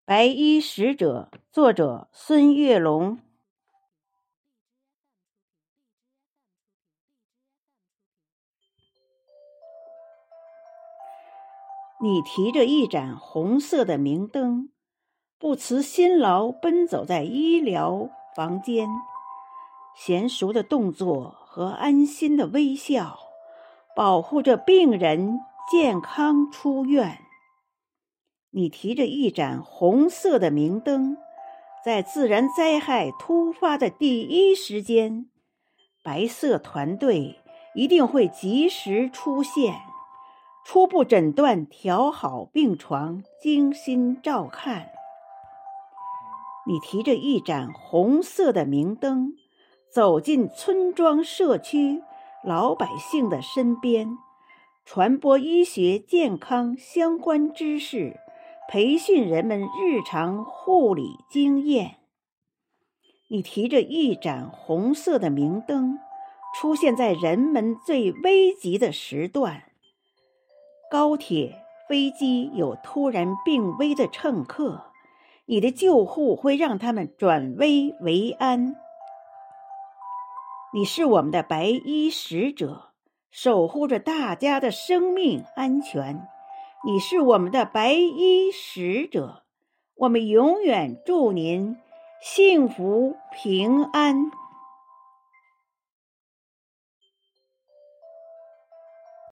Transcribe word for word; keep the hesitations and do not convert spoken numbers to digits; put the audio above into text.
白衣使者，作者孙月龙。你提着一盏红色的明灯，不辞辛劳奔走在医疗房间，娴熟的动作和安心的微笑，保护着病人健康出院。你提着一盏红色的明灯，在自然灾害突发的第一时间，白色团队一定会及时出现，初步诊断，调好病床，精心照看。你提着一盏红色的明灯，走进村庄社区老百姓的身边，传播医学健康相关知识，培训人们日常护理经验。你提着一盏红色的明灯，出现在人们最危急的时段。高铁、飞机有突然病危的乘客，你的救护会让他们转危为安。你是我们的白衣使者，守护着大家的生命安全。你是我们的白衣使者，我们永远祝您幸福平安。